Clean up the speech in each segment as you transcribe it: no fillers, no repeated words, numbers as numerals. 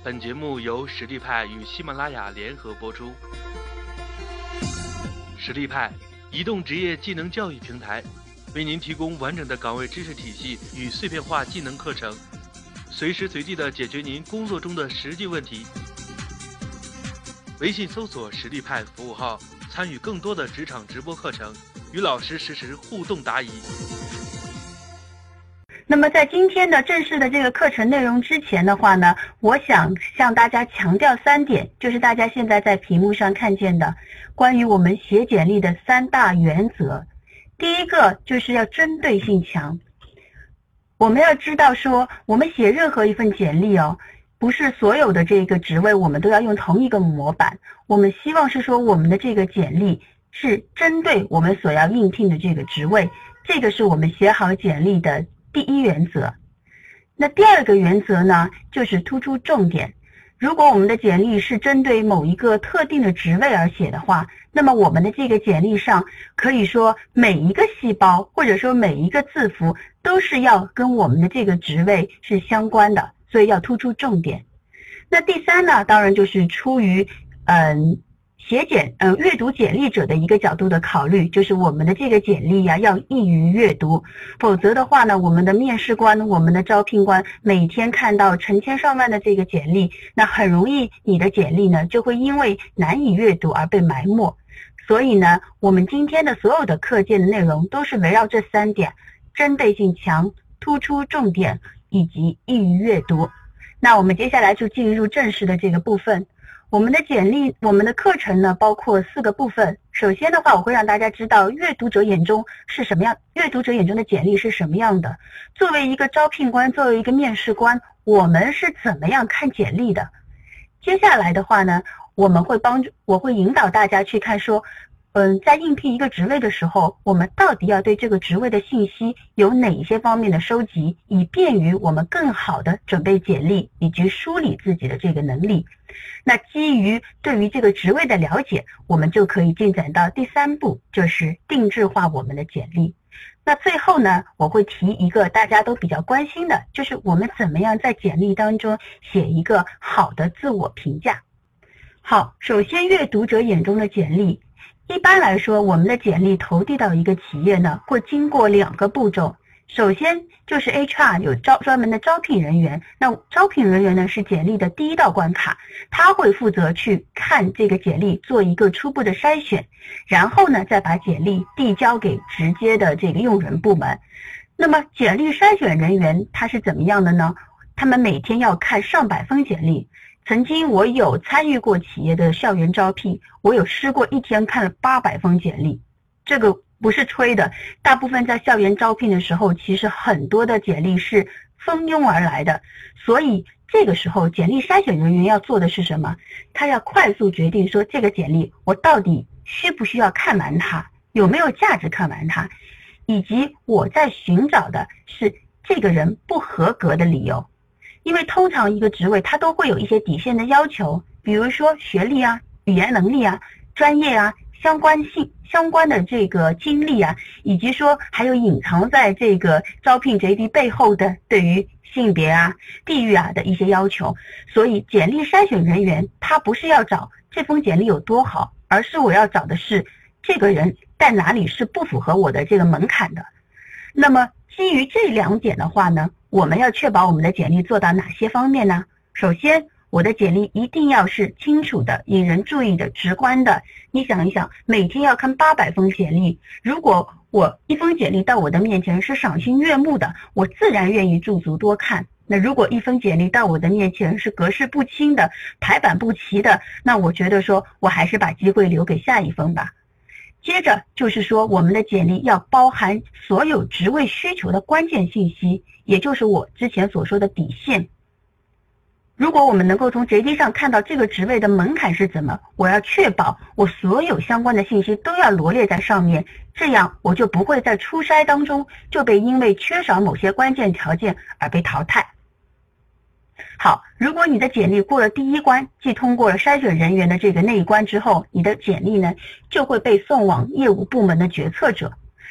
本节目由实力派与喜马拉雅联合播出。实力派移动职业技能教育平台，为您提供完整的岗位知识体系与碎片化技能课程，随时随地的解决您工作中的实际问题。微信搜索实力派服务号，参与更多的职场直播课程，与老师实时互动答疑。 那么在今天的正式的这个课程内容之前的话呢，我想向大家强调3点，就是大家现在在屏幕上看见的关于我们写简历的3大原则。第一个就是要针对性强。我们要知道说，我们写任何一份简历不是所有的这个职位我们都要用同一个模板，我们希望是说我们的这个简历是针对我们所要应聘的这个职位，这个是我们写好简历的第一原则。那第二个原则呢，就是突出重点。如果我们的简历是针对某一个特定的职位而写的话，那么我们的这个简历上可以说每一个细胞或者说每一个字符都是要跟我们的这个职位是相关的，所以要突出重点。那第三呢，当然就是出于阅读简历者的一个角度的考虑，就是我们的这个简历要易于阅读，否则的话呢，我们的面试官、我们的招聘官每天看到成千上万的这个简历，那很容易你的简历呢就会因为难以阅读而被埋没。所以呢，我们今天的所有的课件的内容都是围绕这3点：针对性强、突出重点以及易于阅读。那我们接下来就进入正式的这个部分。我们的课程呢包括4个部分。首先的话，我会让大家知道阅读者眼中是什么样，阅读者眼中的简历是什么样的。作为一个招聘官，作为一个面试官，我们是怎么样看简历的。接下来的话呢，我会引导大家去看说，在应聘一个职位的时候，我们到底要对这个职位的信息有哪一些方面的收集，以便于我们更好的准备简历以及梳理自己的这个能力。那基于对于这个职位的了解，我们就可以进展到第3步，就是定制化我们的简历。那最后呢，我会提一个大家都比较关心的，就是我们怎么样在简历当中写一个好的自我评价。好，首先阅读者眼中的简历。一般来说，我们的简历投递到一个企业呢，会经过2个步骤。首先就是 HR 有专门的招聘人员，那招聘人员呢是简历的第一道关卡，他会负责去看这个简历，做一个初步的筛选，然后呢再把简历递交给直接的这个用人部门。那么简历筛选人员他是怎么样的呢？他们每天要看上百封简历。曾经我有参与过企业的校园招聘，我有试过一天看了800封简历，这个不是吹的。大部分在校园招聘的时候，其实很多的简历是蜂拥而来的，所以这个时候简历筛选人员要做的是什么？他要快速决定说，这个简历我到底需不需要看完它，有没有价值看完它，以及我在寻找的是这个人不合格的理由。因为通常一个职位它都会有一些底线的要求，比如说学历啊、语言能力啊、专业啊、相关的这个经历啊，以及说还有隐藏在这个招聘 JD 背后的对于性别啊、地域啊的一些要求。所以简历筛选人员他不是要找这封简历有多好，而是我要找的是这个人在哪里是不符合我的这个门槛的。那么基于这2点的话呢，我们要确保我们的简历做到哪些方面呢？首先，我的简历一定要是清楚的、引人注意的、直观的。你想一想，每天要看800封简历，如果我一封简历到我的面前是赏心悦目的，我自然愿意驻足多看。那如果一封简历到我的面前是格式不清的、排版不齐的，那我觉得说我还是把机会留给下一封吧。接着就是说，我们的简历要包含所有职位需求的关键信息，也就是我之前所说的底线。如果我们能够从 JD 上看到这个职位的门槛是怎么，我要确保我所有相关的信息都要罗列在上面，这样我就不会在初筛当中就被因为缺少某些关键条件而被淘汰。好，如果你的简历过了第1关，即通过了筛选人员的那一关之后，你的简历呢就会被送往业务部门的决策者。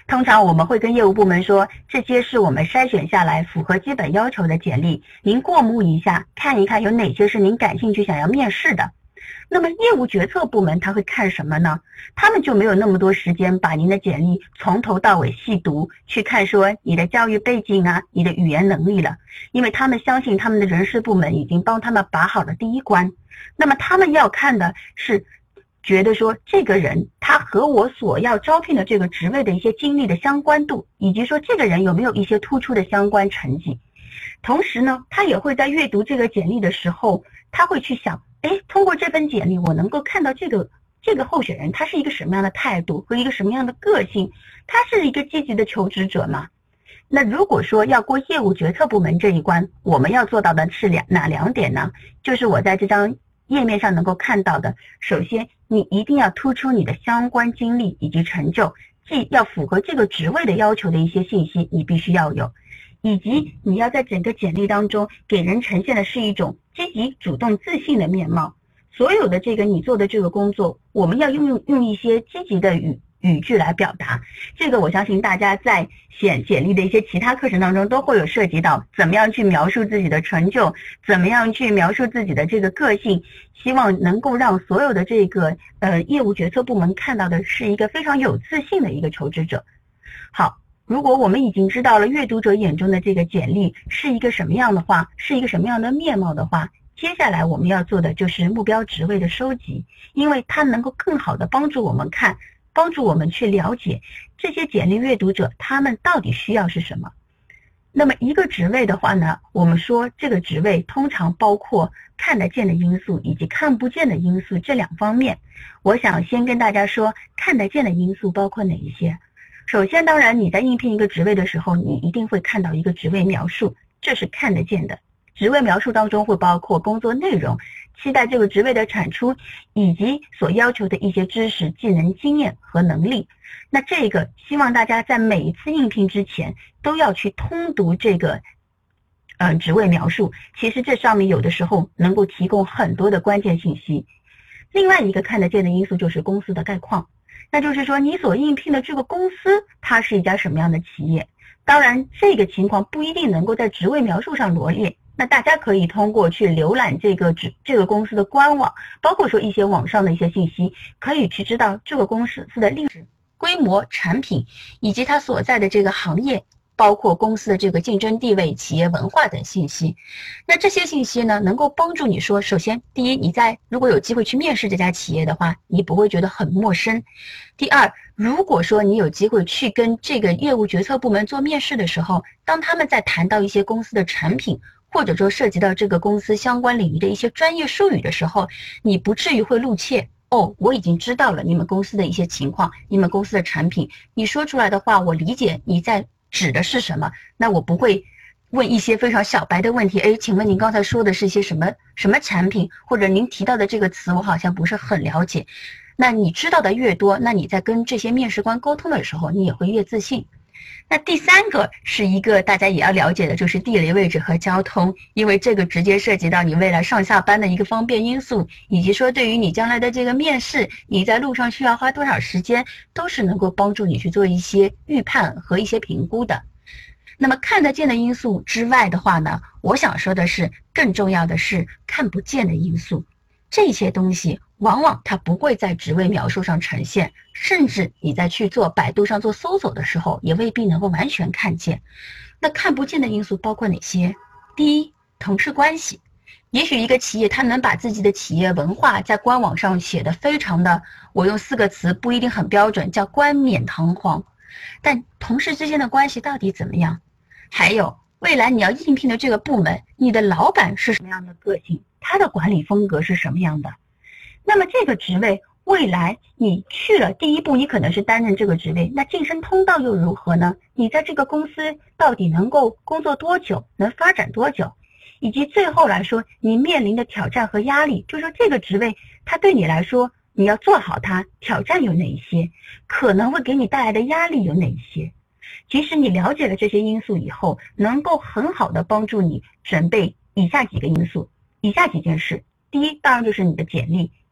通常我们会跟业务部门说，这些是我们筛选下来符合基本要求的简历，您过目一下，看一看有哪些是您感兴趣想要面试的。那么业务决策部门他会看什么呢？他们就没有那么多时间把您的简历从头到尾细读，去看说你的教育背景啊，你的语言能力了，因为他们相信他们的人事部门已经帮他们把好了第一关。那么他们要看的是觉得说这个人他和我所要招聘的这个职位的一些经历的相关度，以及说这个人有没有一些突出的相关成绩。同时呢，他也会在阅读这个简历的时候，他会去想，通过这份简历我能够看到这个候选人他是一个什么样的态度和一个什么样的个性，他是一个积极的求职者吗？那如果说要过业务决策部门这一关，我们要做到的是哪两点呢？就是我在这张页面上能够看到的，首先你一定要突出你的相关经历以及成就，既要符合这个职位的要求的一些信息你必须要有，以及你要在整个简历当中给人呈现的是一种积极主动自信的面貌。所有的这个你做的这个工作，我们要用一些积极的语句来表达。这个我相信大家在写简历的一些其他课程当中都会有涉及到，怎么样去描述自己的成就，怎么样去描述自己的这个个性，希望能够让所有的这个业务决策部门看到的是一个非常有自信的一个求职者。好，如果我们已经知道了阅读者眼中的这个简历是一个什么样的话，是一个什么样的面貌的话，接下来我们要做的就是目标职位的收集，因为它能够更好的帮助我们看，帮助我们去了解这些简历阅读者他们到底需要是什么。那么一个职位的话呢，我们说这个职位通常包括看得见的因素以及看不见的因素这两方面。我想先跟大家说看得见的因素包括哪一些。首先，当然你在应聘一个职位的时候，你一定会看到一个职位描述，这是看得见的。职位描述当中会包括工作内容、期待这个职位的产出，以及所要求的一些知识、技能、经验和能力。那这个希望大家在每一次应聘之前都要去通读这个职位描述，其实这上面有的时候能够提供很多的关键信息。另外一个看得见的因素就是公司的概况，那就是说你所应聘的这个公司它是一家什么样的企业。当然这个情况不一定能够在职位描述上罗列，那大家可以通过去浏览这个公司的官网，包括说一些网上的一些信息，可以去知道这个公司的历史、规模、产品以及它所在的这个行业，包括公司的这个竞争地位、企业文化等信息。那这些信息呢，能够帮助你说，首先第一，你如果有机会去面试这家企业的话，你不会觉得很陌生。第二，如果说你有机会去跟这个业务决策部门做面试的时候，当他们在谈到一些公司的产品，或者说涉及到这个公司相关领域的一些专业术语的时候，你不至于会露怯。我已经知道了你们公司的一些情况，你们公司的产品，你说出来的话我理解你在指的是什么，那我不会问一些非常小白的问题，请问您刚才说的是一些什么产品，或者您提到的这个词我好像不是很了解。那你知道的越多，那你在跟这些面试官沟通的时候你也会越自信。那第三个是一个大家也要了解的，就是地理位置和交通，因为这个直接涉及到你未来上下班的一个方便因素，以及说对于你将来的这个面试，你在路上需要花多少时间，都是能够帮助你去做一些预判和一些评估的。那么看得见的因素之外的话呢，我想说的是更重要的是看不见的因素。这些东西往往它不会在职位描述上呈现，甚至你在去做百度上做搜索的时候也未必能够完全看见。那看不见的因素包括哪些？第一，同事关系。也许一个企业它能把自己的企业文化在官网上写得非常的，我用4个词不一定很标准，叫冠冕堂皇，但同事之间的关系到底怎么样？还有未来你要应聘的这个部门，你的老板是什么样的个性，他的管理风格是什么样的。那么这个职位未来你去了第一步，你可能是担任这个职位，那晋升通道又如何呢？你在这个公司到底能够工作多久，能发展多久，以及最后来说你面临的挑战和压力，就是说这个职位它对你来说你要做好它，挑战有哪一些，可能会给你带来的压力有哪一些。其实你了解了这些因素以后，能够很好的帮助你准备以下几个因素，以下几件事。第一，当然就是你的简历，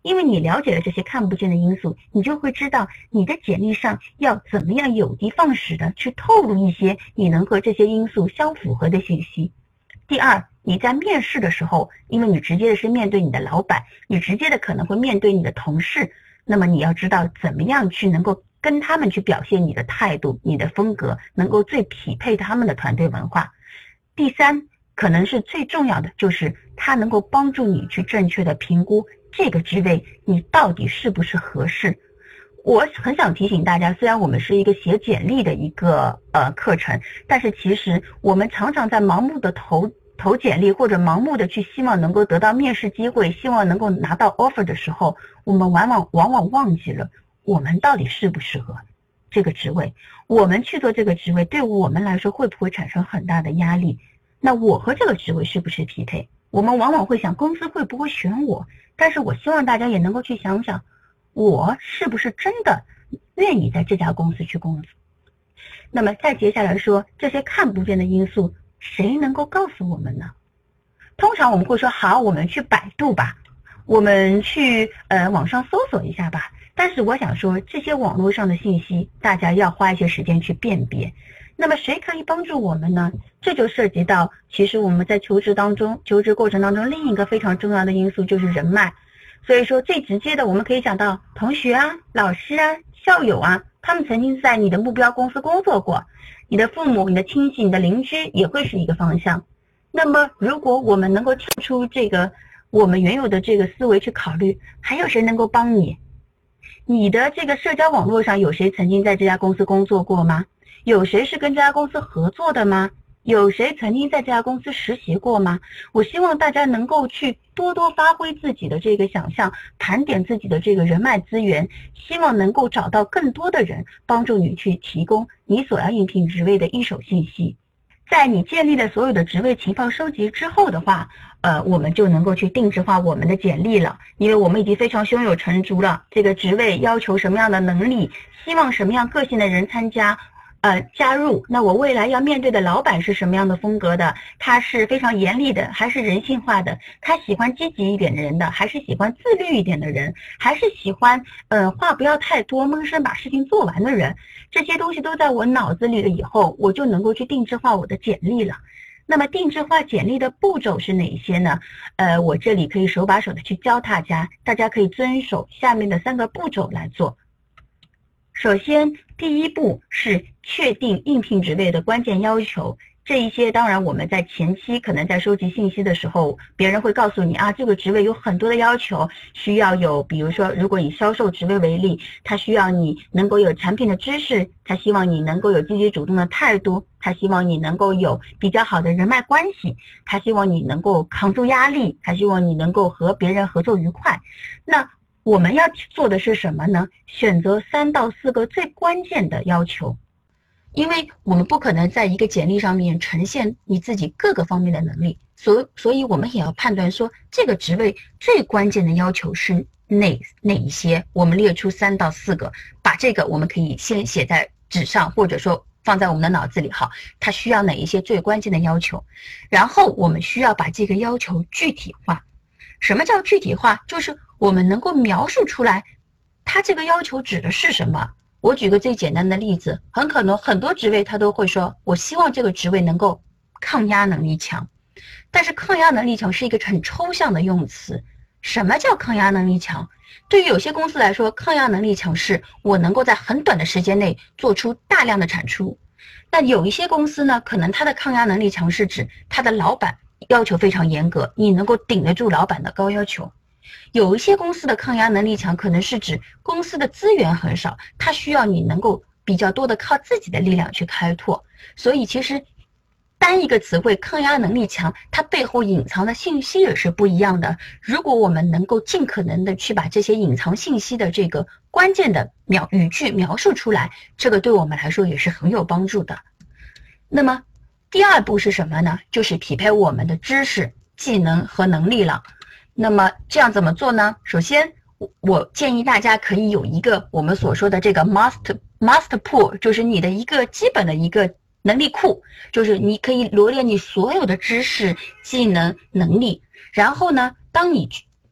因为你了解了这些看不见的因素，你就会知道你的简历上要怎么样有的放矢的去透露一些你能和这些因素相符合的信息。第二，你在面试的时候，因为你直接的是面对你的老板，你直接的可能会面对你的同事，那么你要知道怎么样去能够跟他们去表现你的态度、你的风格，能够最匹配他们的团队文化。第三，可能是最重要的，就是它能够帮助你去正确的评估这个职位你到底是不是合适。我很想提醒大家，虽然我们是一个写简历的一个课程，但是其实我们常常在盲目的投简历，或者盲目的去希望能够得到面试机会，希望能够拿到 offer 的时候，我们往往忘记了我们到底适不适合这个职位，我们去做这个职位对我们来说会不会产生很大的压力，那我和这个职位是不是匹配，我们往往会想公司会不会选我，但是我希望大家也能够去想想，我是不是真的愿意在这家公司去工作。那么再接下来说，这些看不见的因素谁能够告诉我们呢？通常我们会说，好，我们去百度吧，我们去网上搜索一下吧。但是我想说，这些网络上的信息大家要花一些时间去辨别。那么谁可以帮助我们呢？这就涉及到其实我们在求职过程当中另一个非常重要的因素，就是人脉。所以说最直接的，我们可以讲到同学啊、老师啊、校友啊，他们曾经在你的目标公司工作过，你的父母、你的亲戚、你的邻居也会是一个方向。那么如果我们能够跳出这个我们原有的这个思维去考虑，还有谁能够帮你？你的这个社交网络上有谁曾经在这家公司工作过吗？有谁是跟这家公司合作的吗？有谁曾经在这家公司实习过吗？我希望大家能够去多多发挥自己的这个想象，盘点自己的这个人脉资源，希望能够找到更多的人帮助你去提供你所要应聘职位的一手信息。在你建立了所有的职位情报收集之后的话，我们就能够去定制化我们的简历了，因为我们已经非常胸有成竹了，这个职位要求什么样的能力，希望什么样个性的人参加加入，那我未来要面对的老板是什么样的风格的，他是非常严厉的还是人性化的，他喜欢积极一点的人的还是喜欢自律一点的人，还是喜欢话不要太多闷声把事情做完的人，这些东西都在我脑子里了以后，我就能够去定制化我的简历了。那么定制化简历的步骤是哪一些呢？我这里可以手把手的去教大家，大家可以遵守下面的3个步骤来做。首先，第一步是确定应聘职位的关键要求。这一些当然我们在前期可能在收集信息的时候，别人会告诉你啊，这个职位有很多的要求，需要有，比如说如果以销售职位为例，他需要你能够有产品的知识，他希望你能够有积极主动的态度，他希望你能够有比较好的人脉关系，他希望你能够扛住压力，他希望你能够和别人合作愉快。那我们要做的是什么呢？选择3到4个最关键的要求。因为我们不可能在一个简历上面呈现你自己各个方面的能力，所以我们也要判断说这个职位最关键的要求是哪一些，我们列出3到4个，把这个我们可以先写在纸上，或者说放在我们的脑子里，好，它需要哪一些最关键的要求，然后我们需要把这个要求具体化。什么叫具体化？就是我们能够描述出来它这个要求指的是什么。我举个最简单的例子，很可能很多职位他都会说，我希望这个职位能够抗压能力强。但是抗压能力强是一个很抽象的用词。什么叫抗压能力强？对于有些公司来说，抗压能力强是我能够在很短的时间内做出大量的产出。那有一些公司呢，可能它的抗压能力强是指它的老板要求非常严格，你能够顶得住老板的高要求。有一些公司的抗压能力强，可能是指公司的资源很少，它需要你能够比较多的靠自己的力量去开拓。所以其实单一个词汇抗压能力强，它背后隐藏的信息也是不一样的。如果我们能够尽可能的去把这些隐藏信息的这个关键的语句描述出来，这个对我们来说也是很有帮助的。那么第2步是什么呢？就是匹配我们的知识、技能和能力了。那么这样怎么做呢？首先我建议大家可以有一个我们所说的这个 master pool， 就是你的一个基本的一个能力库，就是你可以罗列你所有的知识、技能、能力。然后呢，当你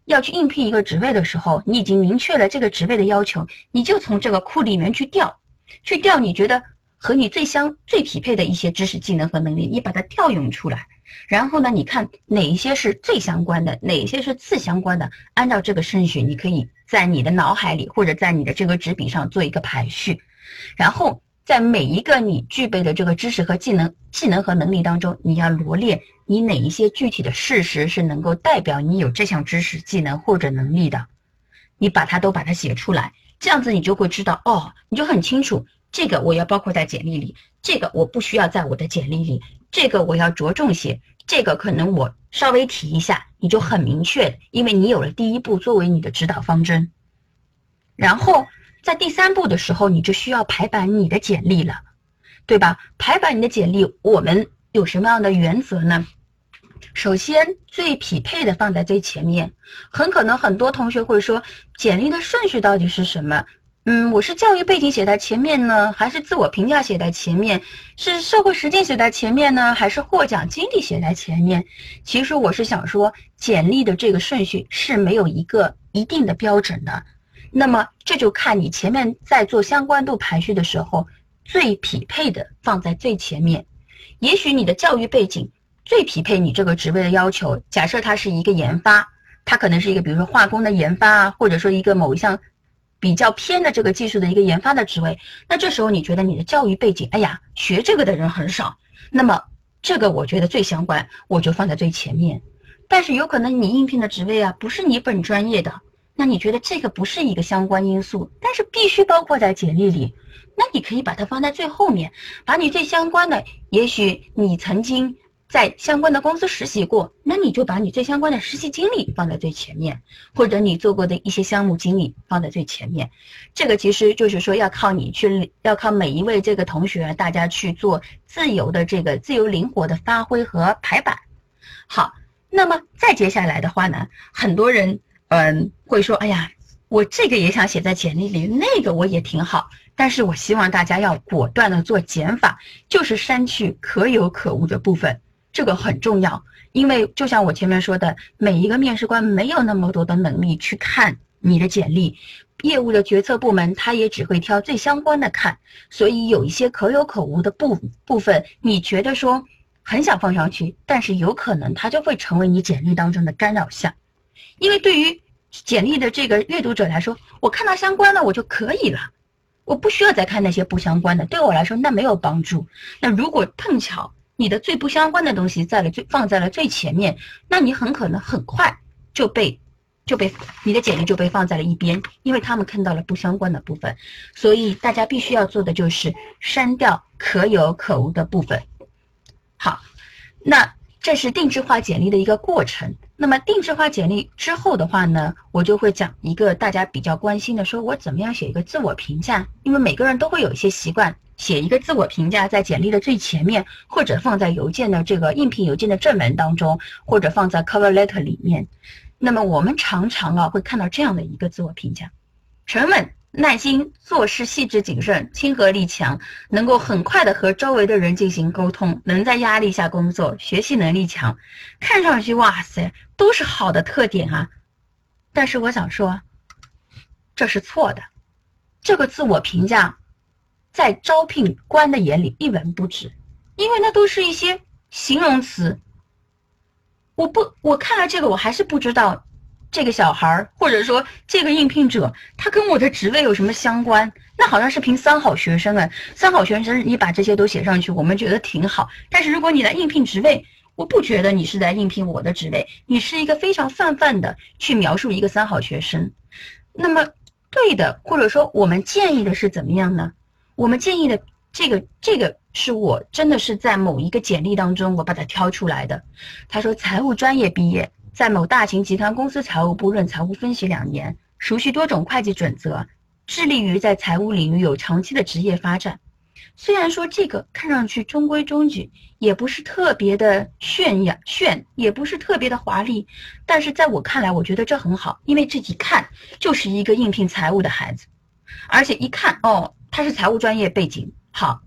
要去应聘一个职位的时候，你已经明确了这个职位的要求，你就从这个库里面去调你觉得和你最匹配的一些知识技能和能力，你把它调用出来。然后呢，你看哪一些是最相关的，哪一些是次相关的，按照这个顺序，你可以在你的脑海里或者在你的这个纸笔上做一个排序，然后在每一个你具备的这个知识和技能和能力当中，你要罗列你哪一些具体的事实是能够代表你有这项知识技能或者能力的，你把它写出来，这样子你就会知道，你就很清楚，这个我要包括在简历里，这个我不需要在我的简历里，这个我要着重写，这个可能我稍微提一下，你就很明确，因为你有了第一步作为你的指导方针。然后在第三步的时候，你就需要排版你的简历了，对吧？排版你的简历，我们有什么样的原则呢？首先，最匹配的放在最前面。很可能很多同学会说，简历的顺序到底是什么？我是教育背景写在前面呢，还是自我评价写在前面？是社会实践写在前面呢，还是获奖经历写在前面？其实我是想说，简历的这个顺序是没有一个一定的标准的。那么这就看你前面在做相关度排序的时候，最匹配的放在最前面。也许你的教育背景最匹配你这个职位的要求，假设它是一个研发，它可能是一个比如说化工的研发啊，或者说一个某一项比较偏的这个技术的一个研发的职位，那这时候你觉得你的教育背景，学这个的人很少，那么这个我觉得最相关，我就放在最前面。但是有可能你应聘的职位不是你本专业的，那你觉得这个不是一个相关因素，但是必须包括在简历里，那你可以把它放在最后面，把你最相关的，也许你曾经在相关的公司实习过，那你就把你最相关的实习经历放在最前面，或者你做过的一些项目经历放在最前面。这个其实就是说要靠每一位这个同学，大家去做自由灵活的发挥和排版。好，那么再接下来的话呢，很多人会说，我这个也想写在简历里，那个我也挺好，但是我希望大家要果断的做减法，就是删去可有可无的部分，这个很重要。因为就像我前面说的，每一个面试官没有那么多的能力去看你的简历，业务的决策部门他也只会挑最相关的看，所以有一些可有可无的部分，你觉得说很想放上去，但是有可能它就会成为你简历当中的干扰项。因为对于简历的这个阅读者来说，我看到相关的我就可以了，我不需要再看那些不相关的，对我来说那没有帮助。那如果碰巧你的最不相关的东西放在了最前面，那你很可能很快就被你的简历就被放在了一边，因为他们看到了不相关的部分。所以大家必须要做的就是删掉可有可无的部分。好，那这是定制化简历的一个过程。那么定制化简历之后的话呢，我就会讲一个大家比较关心的，说我怎么样写一个自我评价。因为每个人都会有一些习惯，写一个自我评价在简历的最前面，或者放在邮件的这个应聘邮件的正文当中，或者放在 cover letter 里面。那么我们常常会看到这样的一个自我评价：沉稳、耐心，做事细致谨慎，亲和力强，能够很快的和周围的人进行沟通，能在压力下工作，学习能力强。看上去哇塞，都是好的特点啊。但是我想说，这是错的。这个自我评价在招聘官的眼里一文不值，因为那都是一些形容词。我看了这个，我还是不知道这个小孩或者说这个应聘者他跟我的职位有什么相关。那好像是凭三好学生三好学生你把这些都写上去，我们觉得挺好。但是如果你来应聘职位，我不觉得你是在应聘我的职位，你是一个非常泛泛的去描述一个三好学生。那么对的，或者说我们建议的是怎么样呢？我们建议的这个是我真的是在某一个简历当中我把它挑出来的。他说财务专业毕业，在某大型集团公司财务部任财务分析2年，熟悉多种会计准则，致力于在财务领域有长期的职业发展。虽然说这个看上去中规中矩，也不是特别的炫，也不是特别的华丽，但是在我看来，我觉得这很好，因为这一看就是一个应聘财务的孩子，而且一看他是财务专业背景，好，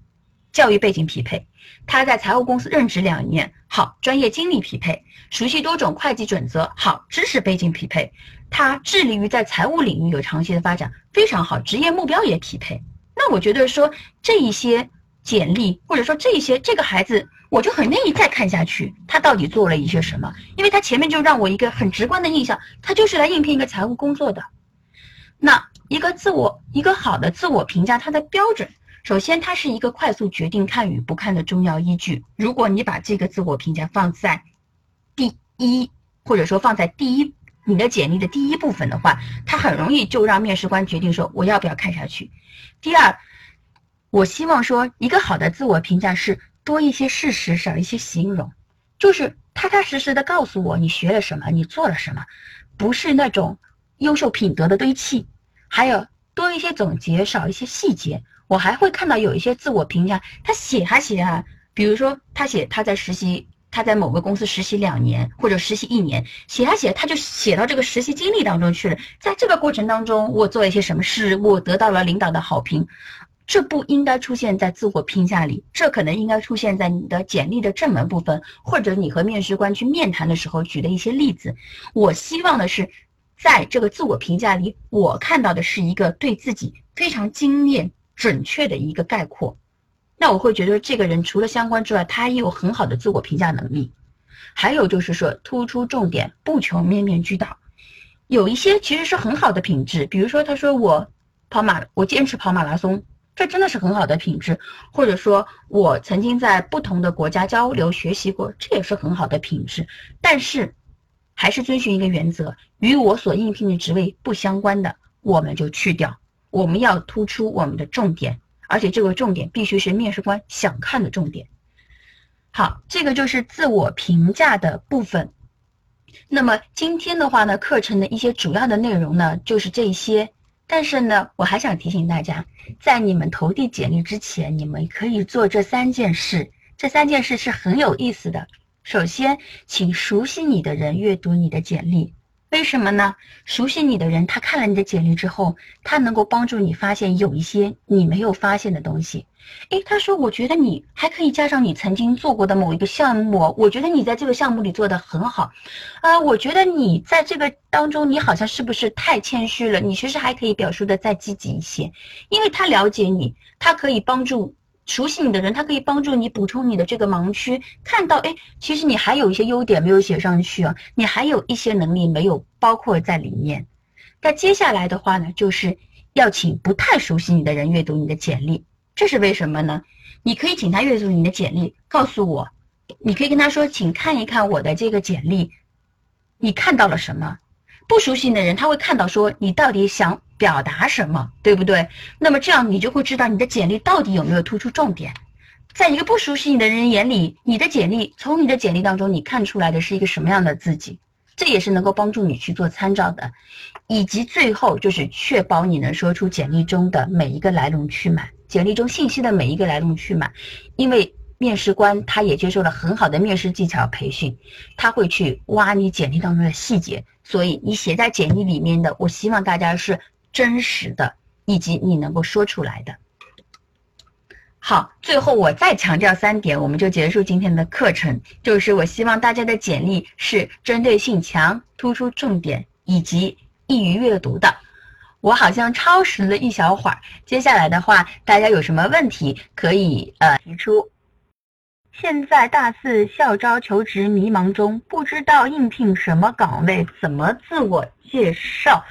教育背景匹配，他在财务公司任职2年，好，专业经历匹配，熟悉多种会计准则，好，知识背景匹配，他致力于在财务领域有长期的发展，非常好，职业目标也匹配。那我觉得说这一些简历，或者说这个孩子，我就很愿意再看下去，他到底做了一些什么，因为他前面就让我一个很直观的印象，他就是来应聘一个财务工作的。那一个好的自我评价，它的标准，首先它是一个快速决定看与不看的重要依据。如果你把这个自我评价放在第一，或者说放在你的简历的第一部分的话，它很容易就让面试官决定说我要不要看下去。第二，我希望说一个好的自我评价是多一些事实，少一些形容，就是踏踏实实的告诉我你学了什么，你做了什么，不是那种优秀品德的堆砌，还有多一些总结，少一些细节。我还会看到有一些自我评价，他写啊，比如说他写他在某个公司实习2年或者实习1年，写他就写到这个实习经历当中去了。在这个过程当中，我做了一些什么事，我得到了领导的好评。这不应该出现在自我评价里，这可能应该出现在你的简历的正文部分，或者你和面试官去面谈的时候举的一些例子。我希望的是，在这个自我评价里，我看到的是一个对自己非常精炼、准确的一个概括。那我会觉得这个人除了相关之外，他也有很好的自我评价能力。还有就是说，突出重点，不求面面俱到。有一些其实是很好的品质，比如说他说我坚持跑马拉松，这真的是很好的品质。或者说我曾经在不同的国家交流学习过，这也是很好的品质。但是还是遵循一个原则，与我所应聘的职位不相关的，我们就去掉。我们要突出我们的重点，而且这个重点必须是面试官想看的重点。好，这个就是自我评价的部分。那么今天的话呢，课程的一些主要的内容呢，就是这些。但是呢，我还想提醒大家，在你们投递简历之前，你们可以做这3件事。这3件事是很有意思的。首先，请熟悉你的人阅读你的简历。为什么呢？熟悉你的人，他看了你的简历之后，他能够帮助你发现有一些你没有发现的东西。他说我觉得你还可以加上你曾经做过的某一个项目，我觉得你在这个项目里做得很好。我觉得你在这个当中，你好像是不是太谦虚了，你其实还可以表述的再积极一些。因为他了解你，他可以帮助熟悉你的人，他可以帮助你补充你的这个盲区，看到其实你还有一些优点没有写上去啊，你还有一些能力没有包括在里面。那接下来的话呢，就是要请不太熟悉你的人阅读你的简历。这是为什么呢？你可以请他阅读你的简历，告诉我，你可以跟他说，请看一看我的这个简历，你看到了什么？不熟悉你的人，他会看到说你到底想表达什么，对不对？那么这样你就会知道你的简历到底有没有突出重点。在一个不熟悉你的人眼里，从你的简历当中，你看出来的是一个什么样的自己，这也是能够帮助你去做参照的。以及最后就是确保你能说出简历中的每一个来龙去脉，简历中信息的每一个来龙去脉。因为面试官他也接受了很好的面试技巧培训，他会去挖你简历当中的细节，所以你写在简历里面的，我希望大家是真实的，以及你能够说出来的。好，最后我再强调3点，我们就结束今天的课程。就是我希望大家的简历是针对性强，突出重点，以及易于阅读的。我好像超时了一小会儿，接下来的话，大家有什么问题可以提出。现在大4校招求职迷茫中，不知道应聘什么岗位，怎么自我介绍。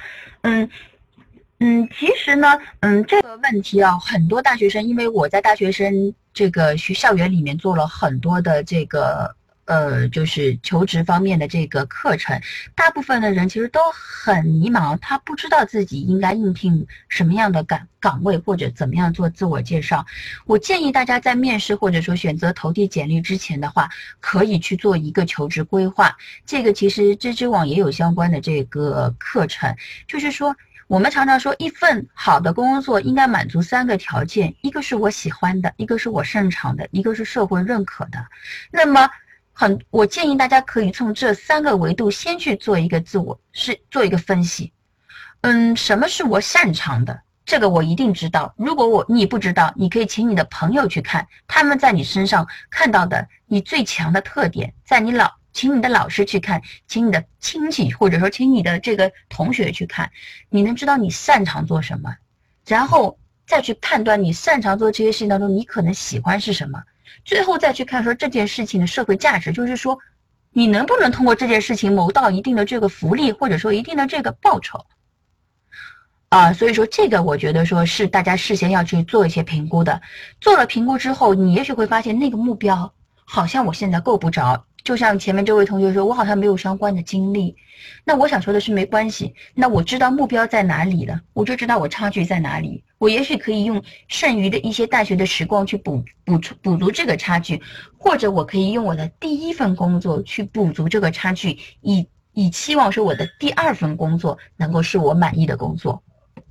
其实呢，这个问题啊，很多大学生，因为我在大学生这个校园里面做了很多的这个就是求职方面的这个课程，大部分的人其实都很迷茫，他不知道自己应该应聘什么样的岗位，或者怎么样做自我介绍。我建议大家在面试或者说选择投递简历之前的话，可以去做一个求职规划。这个其实知知网也有相关的这个课程，就是说我们常常说一份好的工作应该满足3个条件，一个是我喜欢的，一个是我擅长的，一个是社会认可的。那么我建议大家可以从这3个维度先去做一个做一个分析。什么是我擅长的？ 这个我一定知道。如果你不知道，你可以请你的朋友去看，他们在你身上看到的你最强的特点，请你的老师去看，请你的亲戚或者说请你的这个同学去看，你能知道你擅长做什么，然后再去判断你擅长做这些事情当中你可能喜欢是什么，最后再去看说这件事情的社会价值，就是说你能不能通过这件事情谋到一定的这个福利，或者说一定的这个报酬所以说这个我觉得说是大家事先要去做一些评估的。做了评估之后，你也许会发现那个目标好像我现在够不着，就像前面这位同学说，我好像没有相关的经历。那我想说的是没关系，那我知道目标在哪里了，我就知道我差距在哪里，我也许可以用剩余的一些大学的时光去补足这个差距，或者我可以用我的第一份工作去补足这个差距，以期望说我的第二份工作能够是我满意的工作。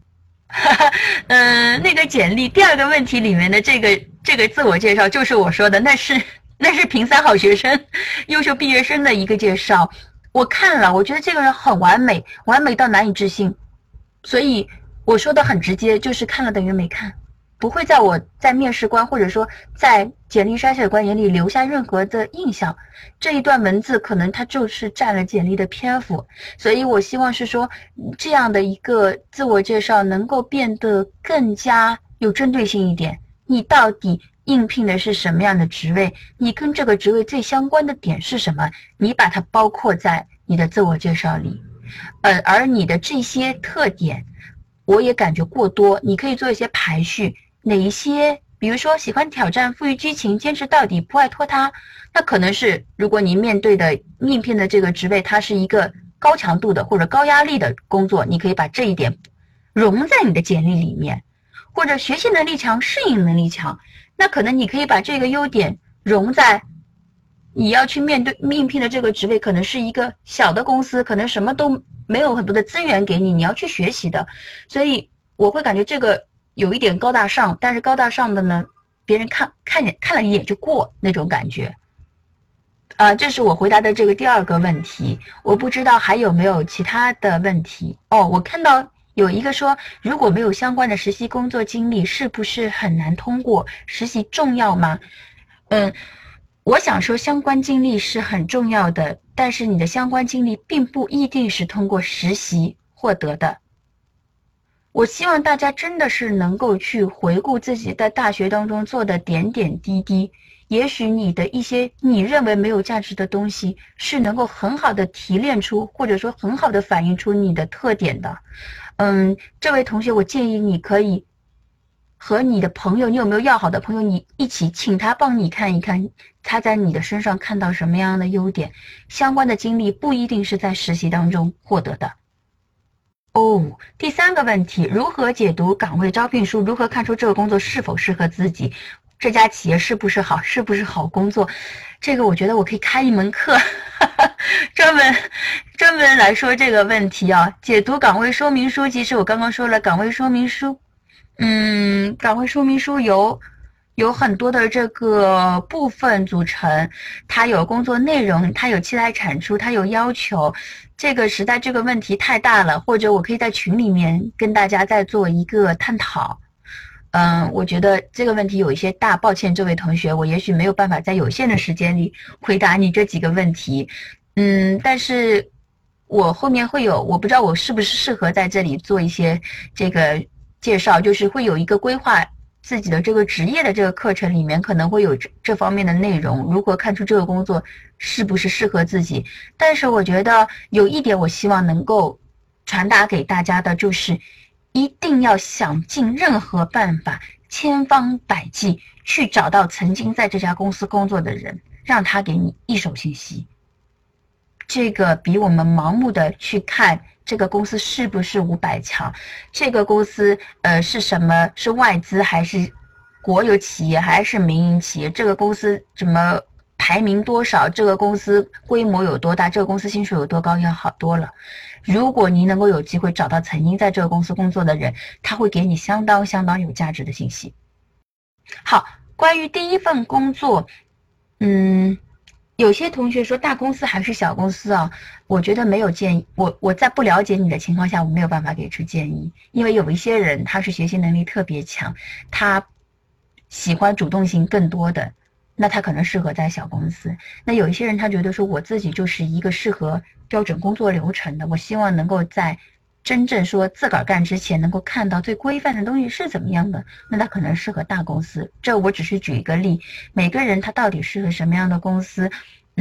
那个简历第二个问题里面的这个自我介绍就是我说的，那是评3好学生优秀毕业生的一个介绍。我看了，我觉得这个人很完美，完美到难以置信，所以我说的很直接，就是看了等于没看，不会在我在面试官或者说在简历筛选官眼里留下任何的印象。这一段文字可能它就是占了简历的篇幅，所以我希望是说这样的一个自我介绍能够变得更加有针对性一点。你到底应聘的是什么样的职位，你跟这个职位最相关的点是什么，你把它包括在你的自我介绍里。而你的这些特点我也感觉过多，你可以做一些排序，哪一些比如说喜欢挑战，富于激情，坚持到底，不爱拖沓，那可能是如果你面对的应聘的这个职位它是一个高强度的或者高压力的工作，你可以把这一点融在你的简历里面。或者学习能力强，适应能力强，那可能你可以把这个优点融在你要去面对应聘的这个职位，可能是一个小的公司，可能什么都没有很多的资源给你，你要去学习的。所以我会感觉这个有一点高大上，但是高大上的呢，别人看了一眼就过那种感觉。这是我回答的这个第二个问题，我不知道还有没有其他的问题。我看到有一个说，如果没有相关的实习工作经历，是不是很难通过？实习重要吗？我想说相关经历是很重要的，但是你的相关经历并不一定是通过实习获得的。我希望大家真的是能够去回顾自己在大学当中做的点点滴滴，也许你的一些你认为没有价值的东西是能够很好的提炼出，或者说很好的反映出你的特点的。这位同学，我建议你可以和你的朋友，你有没有要好的朋友，你一起请他帮你看一看他在你的身上看到什么样的优点，相关的经历不一定是在实习当中获得的。第三个问题，如何解读岗位招聘书？如何看出这个工作是否适合自己？这家企业是不是好工作？这个我觉得我可以开一门课专门来说这个问题啊。解读岗位说明书，其实我刚刚说了，岗位说明书有很多的这个部分组成，它有工作内容，它有期待产出，它有要求。这个实在这个问题太大了，或者我可以在群里面跟大家再做一个探讨。我觉得这个问题有一些大，抱歉这位同学，我也许没有办法在有限的时间里回答你这几个问题。但是我后面会有，我不知道我是不是适合在这里做一些这个介绍，就是会有一个规划自己的这个职业的这个课程里面可能会有这方面的内容，如何看出这个工作是不是适合自己。但是我觉得有一点我希望能够传达给大家的，就是一定要想尽任何办法，千方百计去找到曾经在这家公司工作的人，让他给你一手信息。这个比我们盲目的去看这个公司是不是500强，这个公司是什么，是外资还是国有企业还是民营企业，这个公司怎么排名多少，这个公司规模有多大，这个公司薪水有多高，要好多了。如果你能够有机会找到曾经在这个公司工作的人，他会给你相当有价值的信息。好，关于第一份工作， 有些同学说大公司还是小公司啊，我觉得没有建议。我在不了解你的情况下，我没有办法给出建议，因为有一些人他是学习能力特别强，他喜欢主动性更多的，那他可能适合在小公司。那有一些人他觉得说我自己就是一个适合标准工作流程的，我希望能够在真正说自个儿干之前能够看到最规范的东西是怎么样的，那他可能适合大公司。这我只是举一个例，每个人他到底适合什么样的公司，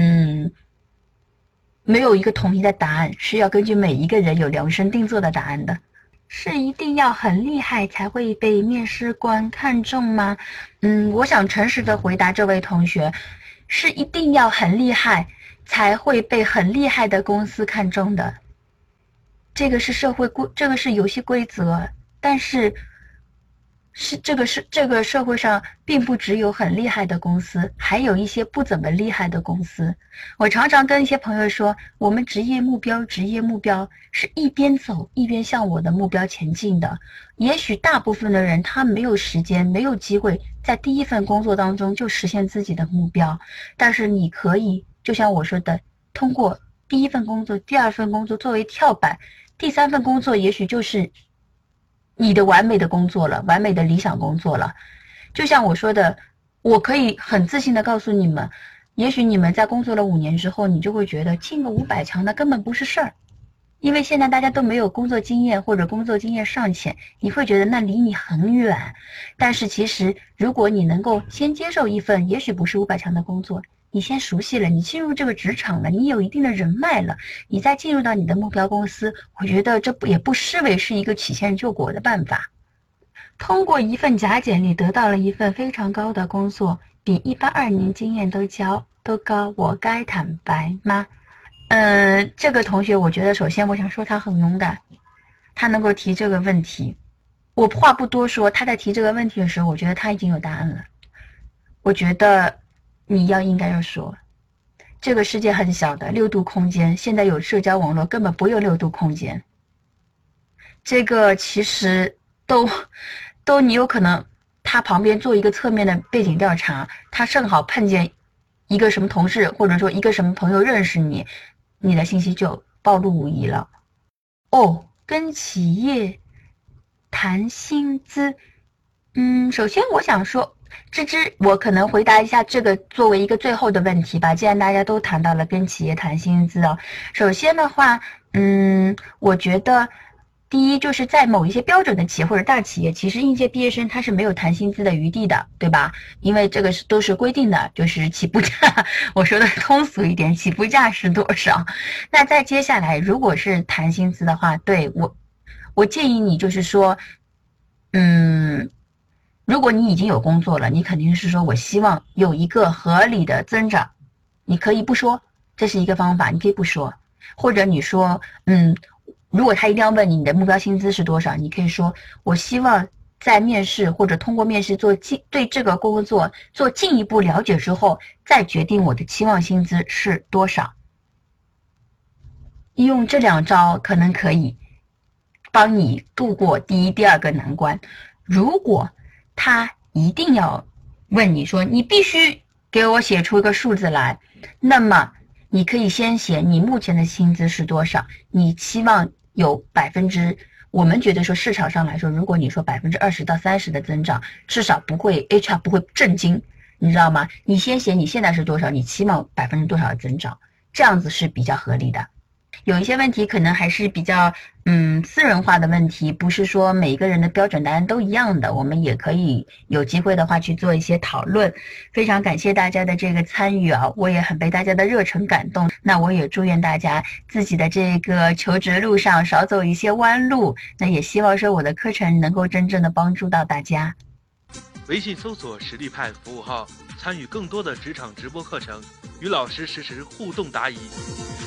没有一个统一的答案，是要根据每一个人有量身定做的答案的。是一定要很厉害才会被面试官看中吗？我想诚实的回答这位同学，是一定要很厉害才会被很厉害的公司看中的。这个是这个是游戏规则，但是这个社会上并不只有很厉害的公司，还有一些不怎么厉害的公司。我常常跟一些朋友说，我们职业目标是一边走一边向我的目标前进的。也许大部分的人他没有时间，没有机会在第一份工作当中就实现自己的目标，但是你可以就像我说的，通过第一份工作、第二份工作作为跳板，第三份工作也许就是你的完美的工作了，完美的理想工作了。就像我说的，我可以很自信的告诉你们，也许你们在工作了5年之后，你就会觉得进个500强那根本不是事儿，因为现在大家都没有工作经验或者工作经验尚浅，你会觉得那离你很远。但是其实如果你能够先接受一份也许不是500强的工作，你先熟悉了，你进入这个职场了，你有一定的人脉了，你再进入到你的目标公司，我觉得这也不失为是一个曲线救国的办法。通过一份假简历得到了一份非常高的工作，比一般2年经验都高，我该坦白吗？这个同学我觉得首先我想说他很勇敢，他能够提这个问题。我话不多说，他在提这个问题的时候，我觉得他已经有答案了。我觉得你应该要说，这个世界很小的6度空间，现在有社交网络根本不用6度空间。这个其实都你有可能他旁边做一个侧面的背景调查，他正好碰见一个什么同事或者说一个什么朋友认识你，你的信息就暴露无遗了。跟企业谈薪资，首先我想说芝芝，我可能回答一下这个作为一个最后的问题吧。既然大家都谈到了跟企业谈薪资哦，首先的话，我觉得第一就是在某一些标准的企业或者大企业，其实应届毕业生他是没有谈薪资的余地的，对吧？因为这个都是规定的，就是起步价，我说的通俗一点，起步价是多少？那再接下来，如果是谈薪资的话，对我建议你就是说，如果你已经有工作了，你肯定是说我希望有一个合理的增长，你可以不说，这是一个方法，你可以不说，或者你说，如果他一定要问你的目标薪资是多少，你可以说我希望在面试或者通过面试对这个工作做进一步了解之后，再决定我的期望薪资是多少。用这2招可能可以帮你度过第一、第2个难关。如果他一定要问你说你必须给我写出一个数字来，那么你可以先写你目前的薪资是多少，你期望有我们觉得说市场上来说，如果你说20%到30%的增长，至少HR 不会震惊，你知道吗？你先写你现在是多少，你期望多少的增长，这样子是比较合理的。有一些问题可能还是比较私人化的问题，不是说每一个人的标准答案都一样的，我们也可以有机会的话去做一些讨论。非常感谢大家的这个参与啊，我也很被大家的热忱感动。那我也祝愿大家自己的这个求职路上少走一些弯路，那也希望说我的课程能够真正的帮助到大家。 微信搜索实力派服务号，参与更多的职场直播课程，与老师实时互动答疑。